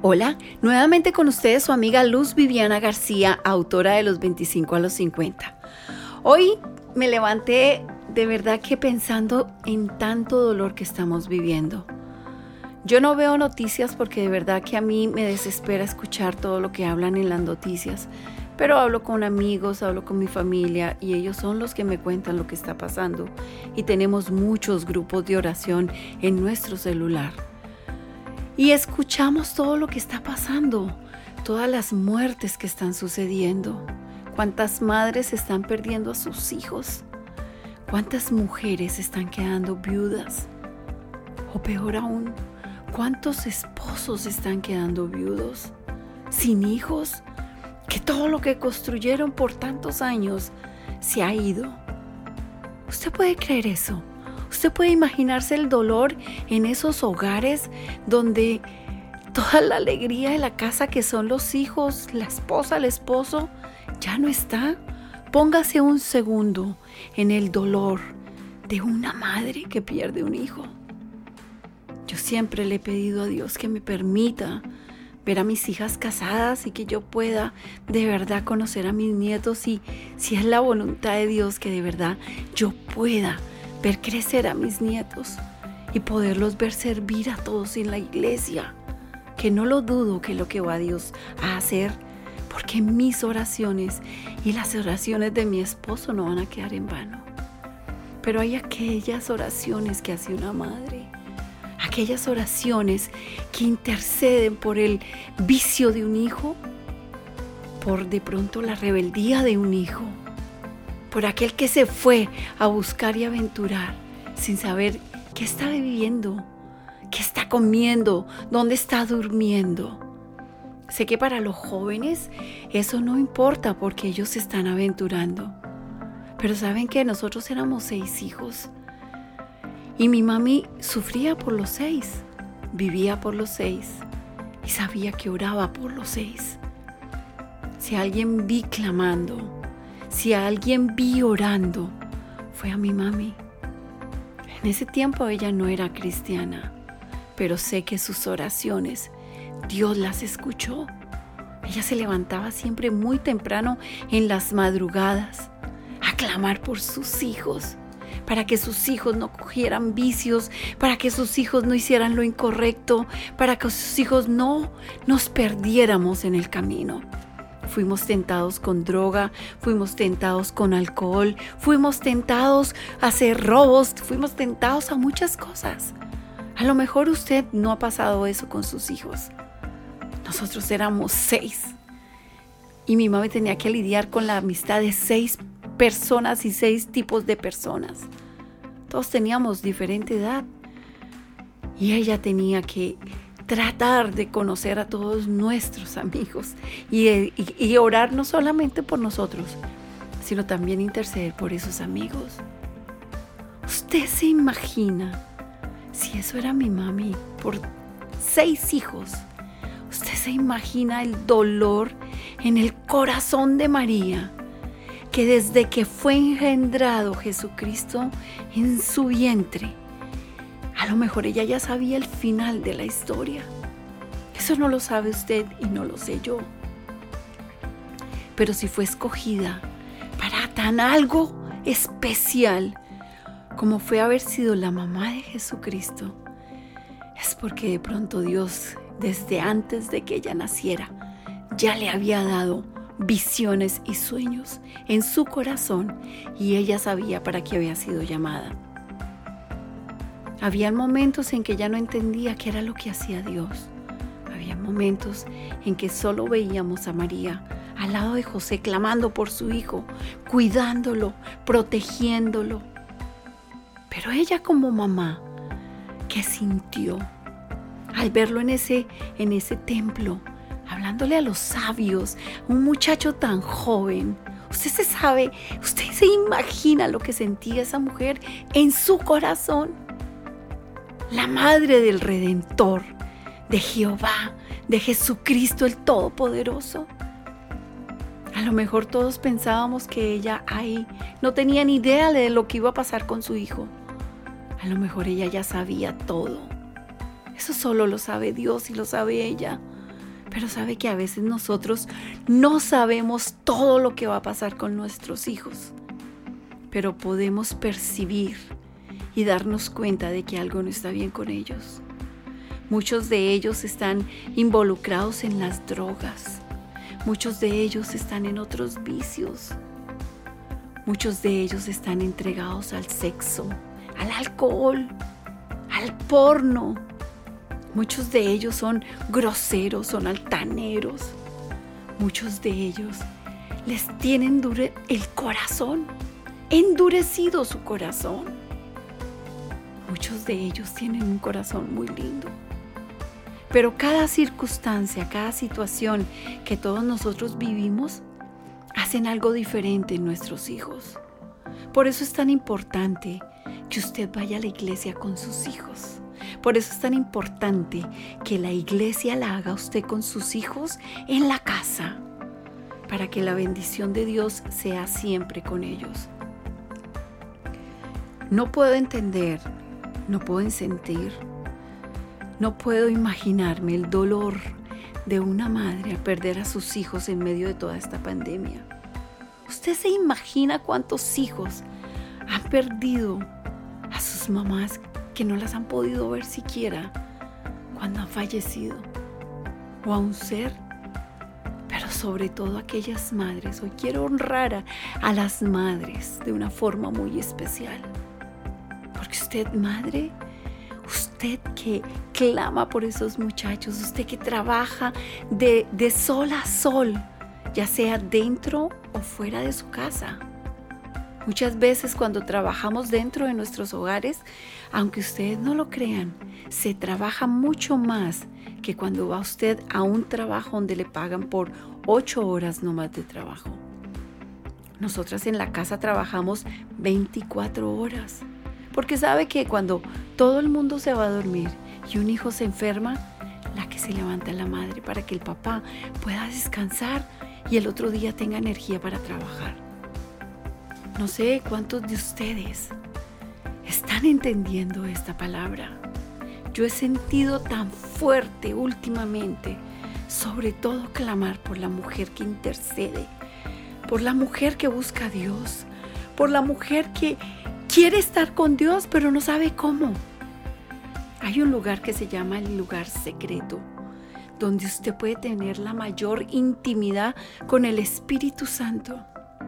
Hola, nuevamente con ustedes su amiga Luz Viviana García, autora de Los 25 a los 50. Hoy me levanté de verdad que pensando en tanto dolor que estamos viviendo. Yo no veo noticias porque de verdad que a mí me desespera escuchar todo lo que hablan en las noticias, pero hablo con amigos, hablo con mi familia y ellos son los que me cuentan lo que está pasando y tenemos muchos grupos de oración en nuestro celular. Y escuchamos todo lo que está pasando, todas las muertes que están sucediendo, cuántas madres están perdiendo a sus hijos, cuántas mujeres están quedando viudas, o peor aún, cuántos esposos están quedando viudos, sin hijos, que todo lo que construyeron por tantos años se ha ido. ¿Usted puede creer eso? ¿Usted puede imaginarse el dolor en esos hogares donde toda la alegría de la casa que son los hijos, la esposa, el esposo, ya no está? Póngase un segundo en el dolor de una madre que pierde un hijo. Yo siempre le he pedido a Dios que me permita ver a mis hijas casadas y que yo pueda de verdad conocer a mis nietos y si es la voluntad de Dios que de verdad yo pueda ver crecer a mis nietos y poderlos ver servir a todos en la iglesia, que no lo dudo que lo que va Dios a hacer, porque mis oraciones y las oraciones de mi esposo no van a quedar en vano. Pero hay aquellas oraciones que hace una madre, aquellas oraciones que interceden por el vicio de un hijo, por de pronto la rebeldía de un hijo, por aquel que se fue a buscar y aventurar sin saber qué está viviendo, qué está comiendo, dónde está durmiendo. Sé que para los jóvenes eso no importa porque ellos se están aventurando. Pero saben que nosotros éramos 6 hijos y mi mami sufría por los 6, vivía por los 6 y sabía que oraba por los 6. Si a alguien vi clamando, si a alguien vi orando, fue a mi mami. En ese tiempo ella no era cristiana, pero sé que sus oraciones Dios las escuchó. Ella se levantaba siempre muy temprano en las madrugadas a clamar por sus hijos, para que sus hijos no cogieran vicios, para que sus hijos no hicieran lo incorrecto, para que sus hijos no nos perdiéramos en el camino. Fuimos tentados con droga, fuimos tentados con alcohol, fuimos tentados a hacer robos, fuimos tentados a muchas cosas. A lo mejor usted no ha pasado eso con sus hijos. Nosotros éramos 6 y mi mamá tenía que lidiar con la amistad de 6 personas y 6 tipos de personas. Todos teníamos diferente edad y ella tenía que tratar de conocer a todos nuestros amigos y orar no solamente por nosotros, sino también interceder por esos amigos. ¿Usted se imagina si eso era mi mami por 6 hijos? ¿Usted se imagina el dolor en el corazón de María, que desde que fue engendrado Jesucristo en su vientre, a lo mejor ella ya sabía el final de la historia? Eso no lo sabe usted y no lo sé yo. Pero si fue escogida para tan algo especial como fue haber sido la mamá de Jesucristo, es porque de pronto Dios, desde antes de que ella naciera, ya le había dado visiones y sueños en su corazón y ella sabía para qué había sido llamada. Había momentos en que ella no entendía qué era lo que hacía Dios. Había momentos en que solo veíamos a María al lado de José clamando por su hijo, cuidándolo, protegiéndolo. Pero ella como mamá, ¿qué sintió al verlo en ese templo, hablándole a los sabios, un muchacho tan joven? Usted se imagina lo que sentía esa mujer en su corazón. La madre del Redentor, de Jehová, de Jesucristo el Todopoderoso. A lo mejor todos pensábamos que ella ahí no tenía ni idea de lo que iba a pasar con su hijo. A lo mejor ella ya sabía todo. Eso solo lo sabe Dios y lo sabe ella. Pero sabe que a veces nosotros no sabemos todo lo que va a pasar con nuestros hijos, pero podemos percibir y darnos cuenta de que algo no está bien con ellos. Muchos de ellos están involucrados en las drogas. Muchos de ellos están en otros vicios. Muchos de ellos están entregados al sexo, al alcohol, al porno. Muchos de ellos son groseros, son altaneros. Muchos de ellos les tienen el corazón, endurecido su corazón. Muchos de ellos tienen un corazón muy lindo. Pero cada circunstancia, cada situación que todos nosotros vivimos, hacen algo diferente en nuestros hijos. Por eso es tan importante que usted vaya a la iglesia con sus hijos. Por eso es tan importante que la iglesia la haga usted con sus hijos en la casa, para que la bendición de Dios sea siempre con ellos. No puedo entender, no puedo sentir, no puedo imaginarme el dolor de una madre al perder a sus hijos en medio de toda esta pandemia. ¿Usted se imagina cuántos hijos han perdido a sus mamás que no las han podido ver siquiera cuando han fallecido? O a un ser, pero sobre todo a aquellas madres. Hoy quiero honrar a las madres de una forma muy especial. Porque usted, madre, usted que clama por esos muchachos, usted que trabaja de sol a sol, ya sea dentro o fuera de su casa. Muchas veces cuando trabajamos dentro de nuestros hogares, aunque ustedes no lo crean, se trabaja mucho más que cuando va usted a un trabajo donde le pagan por 8 horas nomás de trabajo. Nosotras en la casa trabajamos 24 horas, porque sabe que cuando todo el mundo se va a dormir y un hijo se enferma, la que se levanta es la madre para que el papá pueda descansar y el otro día tenga energía para trabajar. No sé cuántos de ustedes están entendiendo esta palabra. Yo he sentido tan fuerte últimamente, sobre todo clamar por la mujer que intercede, por la mujer que busca a Dios, por la mujer que quiere estar con Dios pero no sabe cómo. Hay un lugar que se llama el lugar secreto, donde usted puede tener la mayor intimidad con el Espíritu Santo.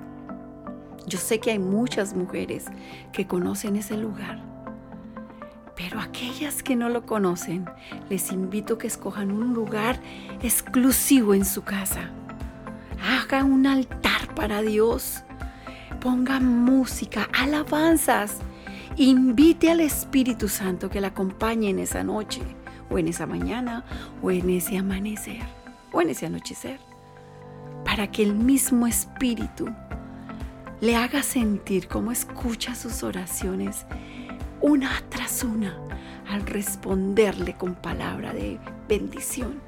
Yo sé que hay muchas mujeres que conocen ese lugar, pero aquellas que no lo conocen, les invito a que escojan un lugar exclusivo en su casa. Haga un altar para Dios, ponga música, alabanzas, invite al Espíritu Santo que la acompañe en esa noche, o en esa mañana, o en ese amanecer, o en ese anochecer, para que el mismo Espíritu le haga sentir cómo escucha sus oraciones una tras una al responderle con palabra de bendición.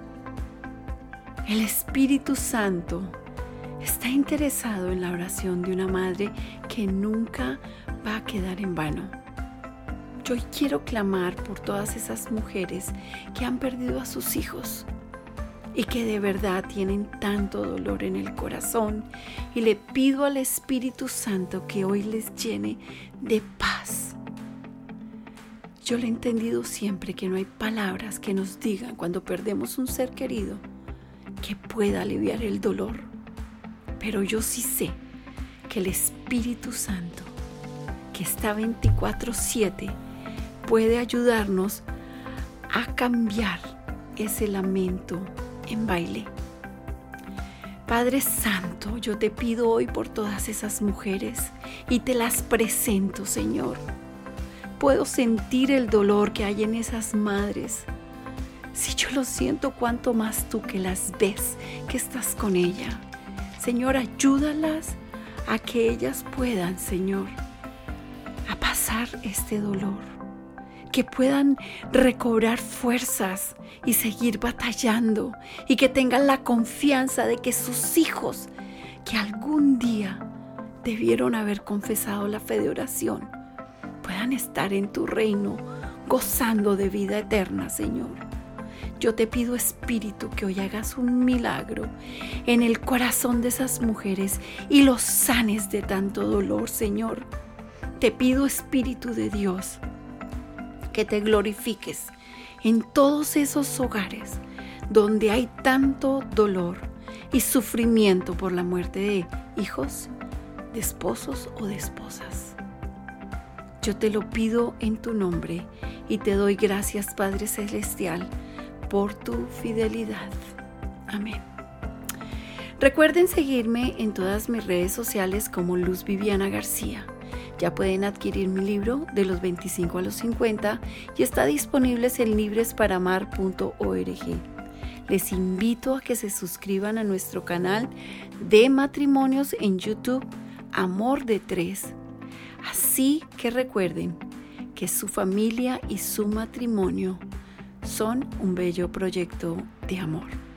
El Espíritu Santo está interesado en la oración de una madre que nunca va a quedar en vano. Yo quiero clamar por todas esas mujeres que han perdido a sus hijos y que de verdad tienen tanto dolor en el corazón, y le pido al Espíritu Santo que hoy les llene de paz. Yo le he entendido siempre que no hay palabras que nos digan cuando perdemos un ser querido que pueda aliviar el dolor, pero yo sí sé que el Espíritu Santo, que está 24/7, puede ayudarnos a cambiar ese lamento en baile. Padre Santo, yo te pido hoy por todas esas mujeres y te las presento, Señor. Puedo sentir el dolor que hay en esas madres. Si yo lo siento, cuánto más tú que las ves, que estás con ella. Señor, ayúdalas a que ellas puedan, Señor, a pasar este dolor, que puedan recobrar fuerzas y seguir batallando, y que tengan la confianza de que sus hijos, que algún día debieron haber confesado la fe de oración, puedan estar en tu reino gozando de vida eterna, Señor. Yo te pido, Espíritu, que hoy hagas un milagro en el corazón de esas mujeres y los sanes de tanto dolor, Señor. Te pido, Espíritu de Dios, que te glorifiques en todos esos hogares donde hay tanto dolor y sufrimiento por la muerte de hijos, de esposos o de esposas. Yo te lo pido en tu nombre y te doy gracias, Padre Celestial, por tu fidelidad. Amén. Recuerden seguirme en todas mis redes sociales como Luz Viviana García. Ya pueden adquirir mi libro de los 25 a los 50 y está disponible en libresparamar.org. Les invito a que se suscriban a nuestro canal de matrimonios en YouTube, Amor de Tres. Así que recuerden que su familia y su matrimonio son un bello proyecto de amor.